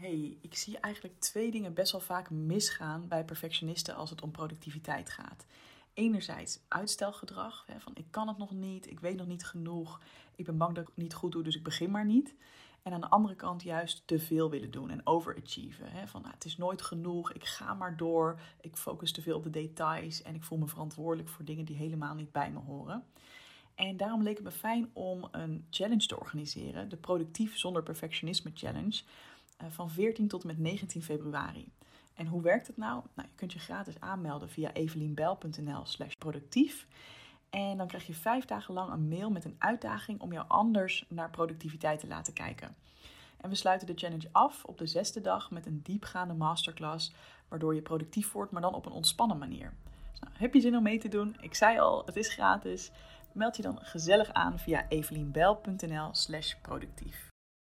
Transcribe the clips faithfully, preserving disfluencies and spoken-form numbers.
Hey, ik zie eigenlijk twee dingen best wel vaak misgaan bij perfectionisten als het om productiviteit gaat. Enerzijds uitstelgedrag, hè, van ik kan het nog niet, ik weet nog niet genoeg, ik ben bang dat ik het niet goed doe, dus ik begin maar niet. En aan de andere kant juist te veel willen doen en overachieven. Hè, van nou, het is nooit genoeg, ik ga maar door, ik focus te veel op de details en ik voel me verantwoordelijk voor dingen die helemaal niet bij me horen. En daarom leek het me fijn om een challenge te organiseren, de Productief zonder Perfectionisme Challenge, van veertien tot en met negentien februari. En hoe werkt het nou? Nou, je kunt je gratis aanmelden via evelienbijl.nl slash productief. En dan krijg je vijf dagen lang een mail met een uitdaging om jou anders naar productiviteit te laten kijken. En we sluiten de challenge af op de zesde dag met een diepgaande masterclass, waardoor je productief wordt, maar dan op een ontspannen manier. Dus nou, heb je zin om mee te doen? Ik zei al, het is gratis. Meld je dan gezellig aan via evelienbijl.nl slash productief.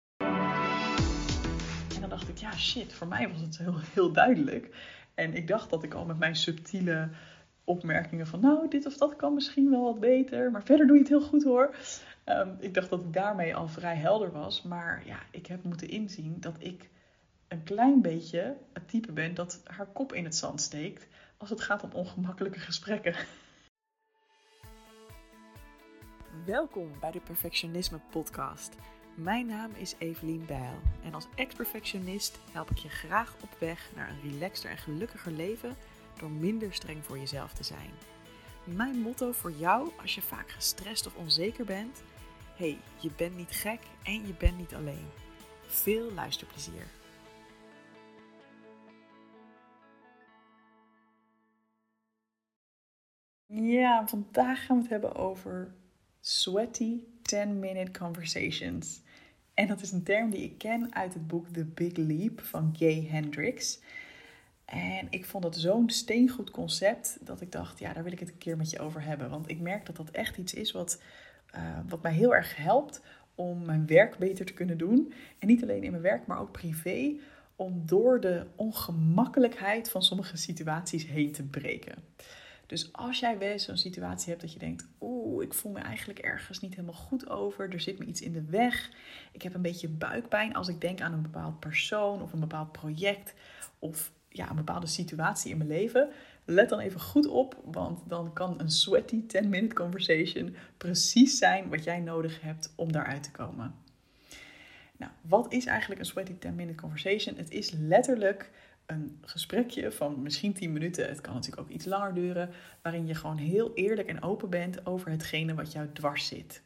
En dan dacht ik, ja shit, voor mij was het heel, heel duidelijk. En ik dacht dat ik al met mijn subtiele opmerkingen van, nou, dit of dat kan misschien wel wat beter, maar verder doe je het heel goed hoor. Um, ik dacht dat ik daarmee al vrij helder was, maar ja, ik heb moeten inzien dat ik een klein beetje het type ben dat haar kop in het zand steekt als het gaat om ongemakkelijke gesprekken. Welkom bij de Perfectionisme Podcast. Mijn naam is Evelien Bijl en als ex-perfectionist help ik je graag op weg naar een relaxter en gelukkiger leven door minder streng voor jezelf te zijn. Mijn motto voor jou als je vaak gestrest of onzeker bent: hey, je bent niet gek en je bent niet alleen. Veel luisterplezier. Ja, vandaag gaan we het hebben over sweaty ten-minute conversations. En dat is een term die ik ken uit het boek The Big Leap van Gay Hendricks. En ik vond het zo'n steengoed concept dat ik dacht, ja, daar wil ik het een keer met je over hebben. Want ik merk dat dat echt iets is wat, uh, wat mij heel erg helpt om mijn werk beter te kunnen doen. En niet alleen in mijn werk, maar ook privé, om door de ongemakkelijkheid van sommige situaties heen te breken. Dus als jij wel eens zo'n situatie hebt dat je denkt, oeh, ik voel me eigenlijk ergens niet helemaal goed over. Er zit me iets in de weg. Ik heb een beetje buikpijn als ik denk aan een bepaald persoon of een bepaald project of ja, een bepaalde situatie in mijn leven. Let dan even goed op, want dan kan een sweaty ten-minute conversation precies zijn wat jij nodig hebt om daaruit te komen. Nou, wat is eigenlijk een sweaty ten-minute conversation? Het is letterlijk een gesprekje van misschien tien minuten, het kan natuurlijk ook iets langer duren, waarin je gewoon heel eerlijk en open bent over hetgene wat jou dwars zit.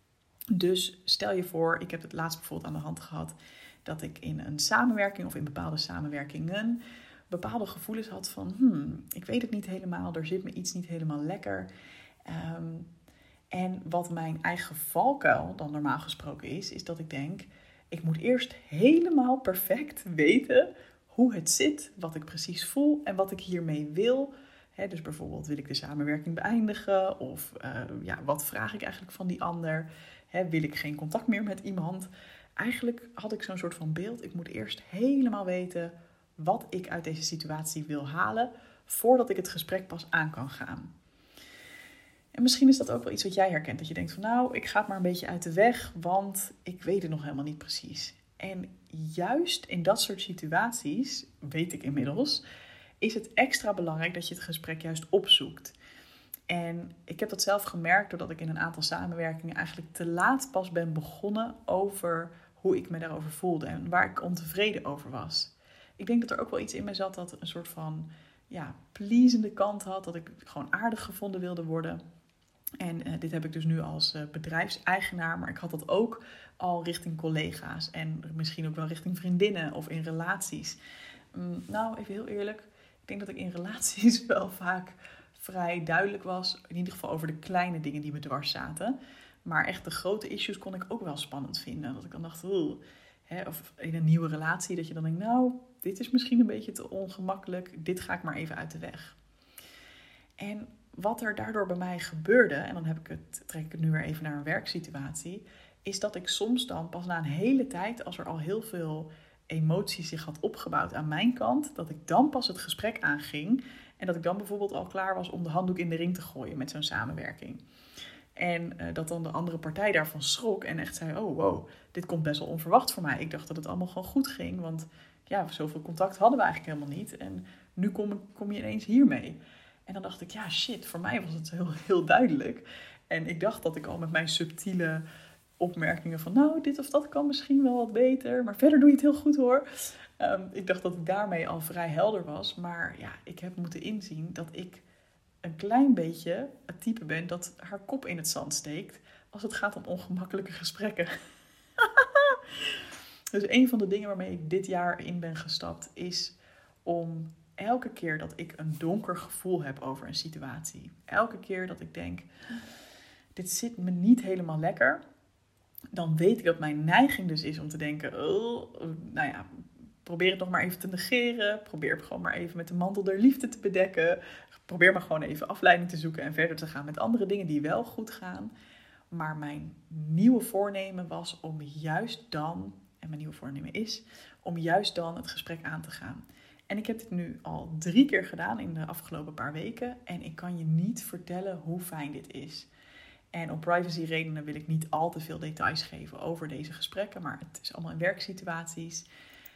Dus stel je voor, ik heb het laatst bijvoorbeeld aan de hand gehad, dat ik in een samenwerking of in bepaalde samenwerkingen bepaalde gevoelens had van, hmm, ik weet het niet helemaal, er zit me iets niet helemaal lekker. Um, en wat mijn eigen valkuil dan normaal gesproken is, is dat ik denk, ik moet eerst helemaal perfect weten hoe het zit, wat ik precies voel en wat ik hiermee wil. He, dus bijvoorbeeld, wil ik de samenwerking beëindigen? Of uh, ja, wat vraag ik eigenlijk van die ander? He, wil ik geen contact meer met iemand? Eigenlijk had ik zo'n soort van beeld. Ik moet eerst helemaal weten wat ik uit deze situatie wil halen, voordat ik het gesprek pas aan kan gaan. En misschien is dat ook wel iets wat jij herkent. Dat je denkt van nou, ik ga het maar een beetje uit de weg, want ik weet het nog helemaal niet precies. En juist in dat soort situaties, weet ik inmiddels, is het extra belangrijk dat je het gesprek juist opzoekt. En ik heb dat zelf gemerkt doordat ik in een aantal samenwerkingen eigenlijk te laat pas ben begonnen over hoe ik me daarover voelde en waar ik ontevreden over was. Ik denk dat er ook wel iets in me zat dat een soort van ja, pleasende kant had, dat ik gewoon aardig gevonden wilde worden. En uh, dit heb ik dus nu als uh, bedrijfseigenaar, maar ik had dat ook al richting collega's en misschien ook wel richting vriendinnen of in relaties. Um, nou, even heel eerlijk, ik denk dat ik in relaties wel vaak vrij duidelijk was, in ieder geval over de kleine dingen die me dwars zaten. Maar echt de grote issues kon ik ook wel spannend vinden. Dat ik dan dacht, oeh, hè, of in een nieuwe relatie, dat je dan denkt, nou, dit is misschien een beetje te ongemakkelijk, dit ga ik maar even uit de weg. En wat er daardoor bij mij gebeurde, en dan heb ik het, trek ik het nu weer even naar een werksituatie, is dat ik soms dan pas na een hele tijd, als er al heel veel emotie zich had opgebouwd aan mijn kant, dat ik dan pas het gesprek aanging en dat ik dan bijvoorbeeld al klaar was om de handdoek in de ring te gooien met zo'n samenwerking. En uh, dat dan de andere partij daarvan schrok en echt zei, oh wow, dit komt best wel onverwacht voor mij. Ik dacht dat het allemaal gewoon goed ging, want ja, zoveel contact hadden we eigenlijk helemaal niet. En nu kom, kom je ineens hiermee. En dan dacht ik, ja shit, voor mij was het heel, heel duidelijk. En ik dacht dat ik al met mijn subtiele opmerkingen van, nou, dit of dat kan misschien wel wat beter. Maar verder doe je het heel goed hoor. Um, ik dacht dat ik daarmee al vrij helder was. Maar ja, ik heb moeten inzien dat ik een klein beetje het type ben dat haar kop in het zand steekt als het gaat om ongemakkelijke gesprekken. Dus een van de dingen waarmee ik dit jaar in ben gestapt is om elke keer dat ik een donker gevoel heb over een situatie, elke keer dat ik denk, dit zit me niet helemaal lekker, dan weet ik dat mijn neiging dus is om te denken, oh, nou ja, probeer het nog maar even te negeren, probeer het gewoon maar even met de mantel der liefde te bedekken, probeer maar gewoon even afleiding te zoeken en verder te gaan met andere dingen die wel goed gaan. Maar mijn nieuwe voornemen was om juist dan, en mijn nieuwe voornemen is, om juist dan het gesprek aan te gaan. En ik heb dit nu al drie keer gedaan in de afgelopen paar weken. En ik kan je niet vertellen hoe fijn dit is. En om privacy redenen wil ik niet al te veel details geven over deze gesprekken. Maar het is allemaal in werksituaties.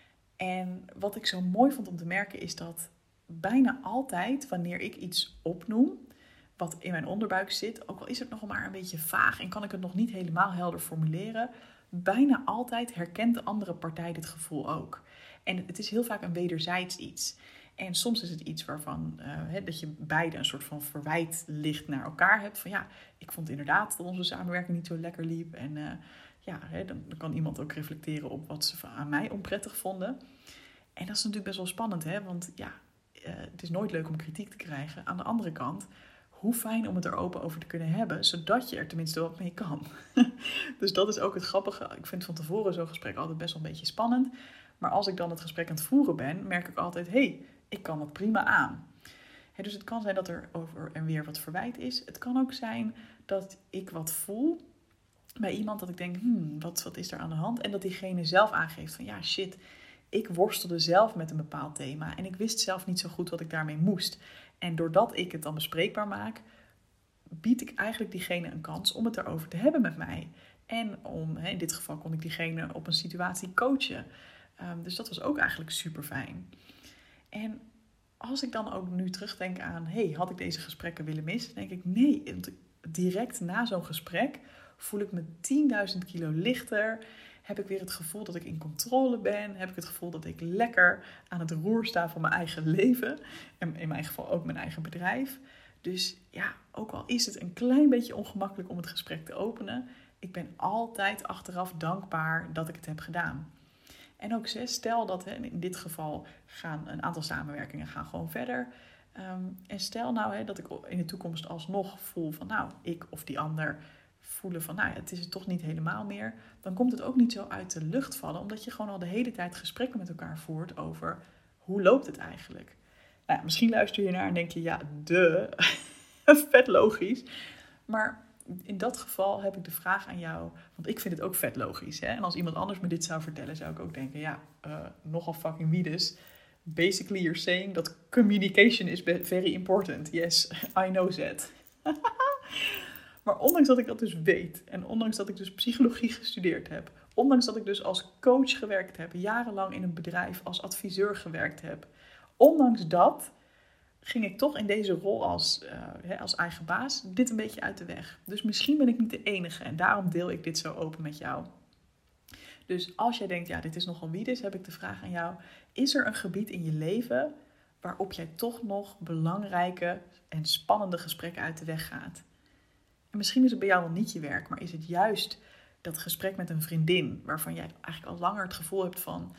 En wat ik zo mooi vond om te merken is dat bijna altijd wanneer ik iets opnoem wat in mijn onderbuik zit, ook al is het nog maar een beetje vaag en kan ik het nog niet helemaal helder formuleren, bijna altijd herkent de andere partij dit gevoel ook. En het is heel vaak een wederzijds iets. En soms is het iets waarvan uh, he, dat je beide een soort van verwijt licht naar elkaar hebt. Van ja, ik vond inderdaad dat onze samenwerking niet zo lekker liep. En uh, ja, he, dan, dan kan iemand ook reflecteren op wat ze aan mij onprettig vonden. En dat is natuurlijk best wel spannend, hè? Want ja, uh, het is nooit leuk om kritiek te krijgen. Aan de andere kant, hoe fijn om het er open over te kunnen hebben, zodat je er tenminste wat mee kan. Dus dat is ook het grappige. Ik vind van tevoren zo'n gesprek altijd best wel een beetje spannend. Maar als ik dan het gesprek aan het voeren ben, merk ik altijd, hé, hey, ik kan dat prima aan. He, dus het kan zijn dat er over en weer wat verwijt is. Het kan ook zijn dat ik wat voel bij iemand, dat ik denk, hmm, wat, wat is er aan de hand? En dat diegene zelf aangeeft van, ja, shit, ik worstelde zelf met een bepaald thema en ik wist zelf niet zo goed wat ik daarmee moest. En doordat ik het dan bespreekbaar maak, bied ik eigenlijk diegene een kans om het erover te hebben met mij. En om, in dit geval kon ik diegene op een situatie coachen. Um, dus dat was ook eigenlijk super fijn. En als ik dan ook nu terugdenk aan, hey, had ik deze gesprekken willen missen? Dan denk ik, nee, direct na zo'n gesprek voel ik me tienduizend kilo lichter. Heb ik weer het gevoel dat ik in controle ben. Heb ik het gevoel dat ik lekker aan het roer sta van mijn eigen leven. En in mijn geval ook mijn eigen bedrijf. Dus ja, ook al is het een klein beetje ongemakkelijk om het gesprek te openen, ik ben altijd achteraf dankbaar dat ik het heb gedaan. En ook stel dat, in dit geval gaan een aantal samenwerkingen gaan gewoon verder. Um, en stel nou dat ik in de toekomst alsnog voel van, nou, ik of die ander voelen van, nou, het is het toch niet helemaal meer. Dan komt het ook niet zo uit de lucht vallen, omdat je gewoon al de hele tijd gesprekken met elkaar voert over hoe loopt het eigenlijk. Nou ja, misschien luister je naar en denk je, ja, de, vet logisch. Maar in dat geval heb ik de vraag aan jou, want ik vind het ook vet logisch. Hè? En als iemand anders me dit zou vertellen, zou ik ook denken, ja, uh, nogal fucking wie dus. Basically you're saying that communication is very important. Yes, I know that. Maar ondanks dat ik dat dus weet, en ondanks dat ik dus psychologie gestudeerd heb, ondanks dat ik dus als coach gewerkt heb, jarenlang in een bedrijf als adviseur gewerkt heb, ondanks dat ging ik toch in deze rol als, uh, als eigen baas dit een beetje uit de weg. Dus misschien ben ik niet de enige en daarom deel ik dit zo open met jou. Dus als jij denkt, ja, dit is nogal wiedes, heb ik de vraag aan jou. Is er een gebied in je leven waarop jij toch nog belangrijke en spannende gesprekken uit de weg gaat? En misschien is het bij jou wel niet je werk, maar is het juist dat gesprek met een vriendin waarvan jij eigenlijk al langer het gevoel hebt van,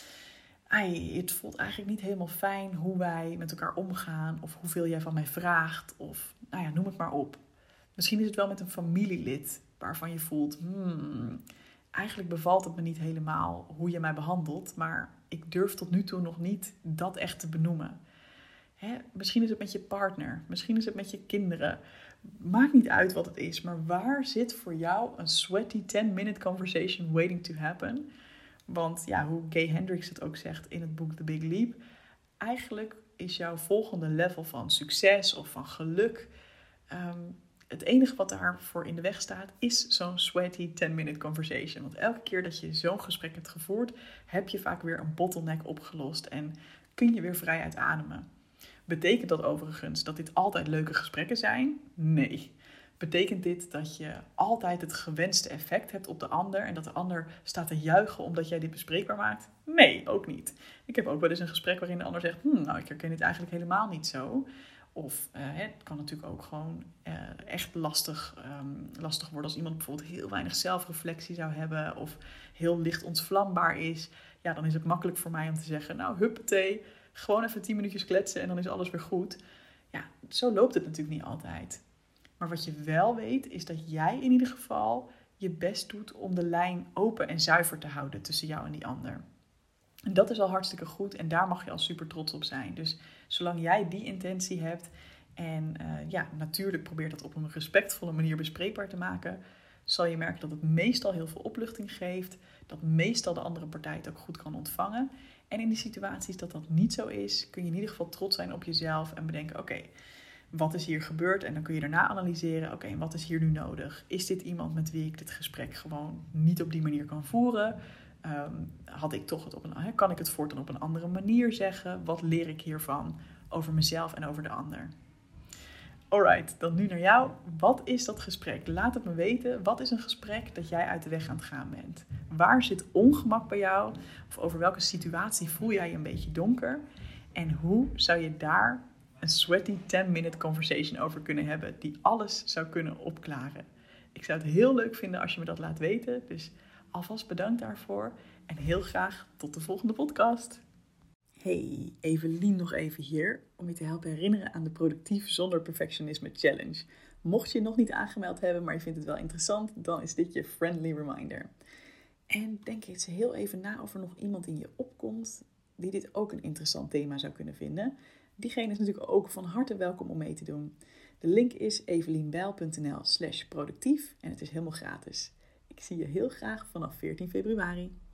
ai, het voelt eigenlijk niet helemaal fijn hoe wij met elkaar omgaan of hoeveel jij van mij vraagt of, nou ja, noem het maar op. Misschien is het wel met een familielid waarvan je voelt, hmm, eigenlijk bevalt het me niet helemaal hoe je mij behandelt, maar ik durf tot nu toe nog niet dat echt te benoemen. Hè? Misschien is het met je partner, misschien is het met je kinderen. Maakt niet uit wat het is, maar waar zit voor jou een sweaty ten-minute conversation waiting to happen? Want ja, hoe Gay Hendricks het ook zegt in het boek The Big Leap, eigenlijk is jouw volgende level van succes of van geluk, um, Het enige wat daarvoor in de weg staat is zo'n sweaty ten-minute conversation. Want elke keer dat je zo'n gesprek hebt gevoerd, heb je vaak weer een bottleneck opgelost en kun je weer vrij uitademen. Betekent dat overigens dat dit altijd leuke gesprekken zijn? Nee. Betekent dit dat je altijd het gewenste effect hebt op de ander en dat de ander staat te juichen omdat jij dit bespreekbaar maakt? Nee, ook niet. Ik heb ook wel eens een gesprek waarin de ander zegt, hm, nou ik herken dit eigenlijk helemaal niet zo. Of uh, het kan natuurlijk ook gewoon uh, echt lastig, um, lastig worden als iemand bijvoorbeeld heel weinig zelfreflectie zou hebben of heel licht ontvlambaar is. Ja, dan is het makkelijk voor mij om te zeggen, nou huppatee, gewoon even tien minuutjes kletsen en dan is alles weer goed. Ja, zo loopt het natuurlijk niet altijd. Maar wat je wel weet is dat jij in ieder geval je best doet om de lijn open en zuiver te houden tussen jou en die ander. En dat is al hartstikke goed en daar mag je al super trots op zijn. Dus zolang jij die intentie hebt en uh, ja, natuurlijk probeer dat op een respectvolle manier bespreekbaar te maken, zal je merken dat het meestal heel veel opluchting geeft, dat meestal de andere partij het ook goed kan ontvangen. En in die situaties dat dat niet zo is, kun je in ieder geval trots zijn op jezelf en bedenken, oké, okay, wat is hier gebeurd? En dan kun je daarna analyseren, oké, okay, wat is hier nu nodig? Is dit iemand met wie ik dit gesprek gewoon niet op die manier kan voeren? Um, had ik toch het op een, kan ik het voortaan op een andere manier zeggen? Wat leer ik hiervan over mezelf en over de ander? Alright, dan nu naar jou. Wat is dat gesprek? Laat het me weten. Wat is een gesprek dat jij uit de weg aan het gaan bent? Waar zit ongemak bij jou? Of over welke situatie voel jij je een beetje donker? En hoe zou je daar een sweaty ten-minute conversation over kunnen hebben die alles zou kunnen opklaren? Ik zou het heel leuk vinden als je me dat laat weten. Dus alvast bedankt daarvoor en heel graag tot de volgende podcast. Hey, Evelien nog even hier om je te helpen herinneren aan de Productief Zonder Perfectionisme Challenge. Mocht je nog niet aangemeld hebben, maar je vindt het wel interessant, dan is dit je friendly reminder. En denk eens heel even na of er nog iemand in je opkomt die dit ook een interessant thema zou kunnen vinden. Diegene is natuurlijk ook van harte welkom om mee te doen. De link is evelienbijl.nl slash productief en het is helemaal gratis. Ik zie je heel graag vanaf veertien februari.